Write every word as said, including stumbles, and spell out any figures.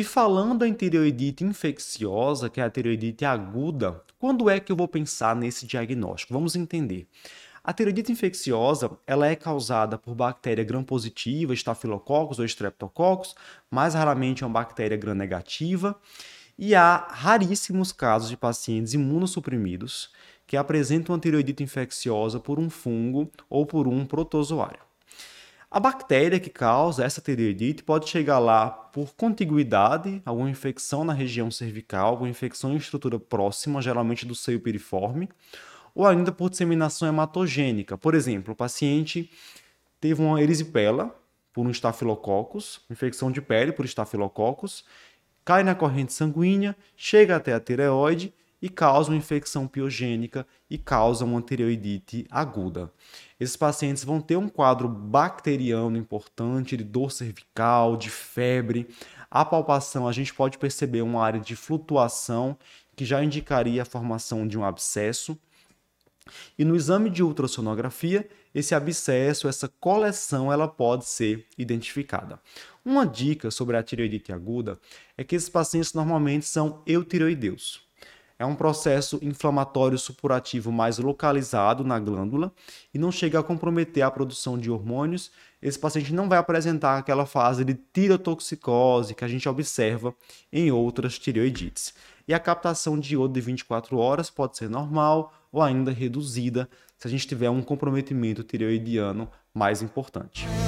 E falando em tireoidite infecciosa, que é a tireoidite aguda, quando é que eu vou pensar nesse diagnóstico? Vamos entender. A tireoidite infecciosa, ela é causada por bactéria gram-positiva, estafilococcus ou streptococcus, mais raramente é uma bactéria gram-negativa, e há raríssimos casos de pacientes imunossuprimidos que apresentam uma tireoidite infecciosa por um fungo ou por um protozoário. A bactéria que causa essa tireoidite pode chegar lá por contiguidade, alguma infecção na região cervical, alguma infecção em estrutura próxima, geralmente do seio piriforme, ou ainda por disseminação hematogênica. Por exemplo, o paciente teve uma erisipela por um estafilococcus, infecção de pele por estafilococcus, cai na corrente sanguínea, chega até a tireoide e causa uma infecção piogênica e causa uma tireoidite aguda. Esses pacientes vão ter um quadro bacteriano importante de dor cervical, de febre. A palpação, a gente pode perceber uma área de flutuação que já indicaria a formação de um abscesso. E no exame de ultrassonografia, esse abscesso, essa coleção, ela pode ser identificada. Uma dica sobre a tireoidite aguda é que esses pacientes normalmente são eutireoideus. É um processo inflamatório supurativo mais localizado na glândula e não chega a comprometer a produção de hormônios. Esse paciente não vai apresentar aquela fase de tirotoxicose que a gente observa em outras tireoidites. E a captação de iodo de vinte e quatro horas pode ser normal ou ainda reduzida se a gente tiver um comprometimento tireoidiano mais importante.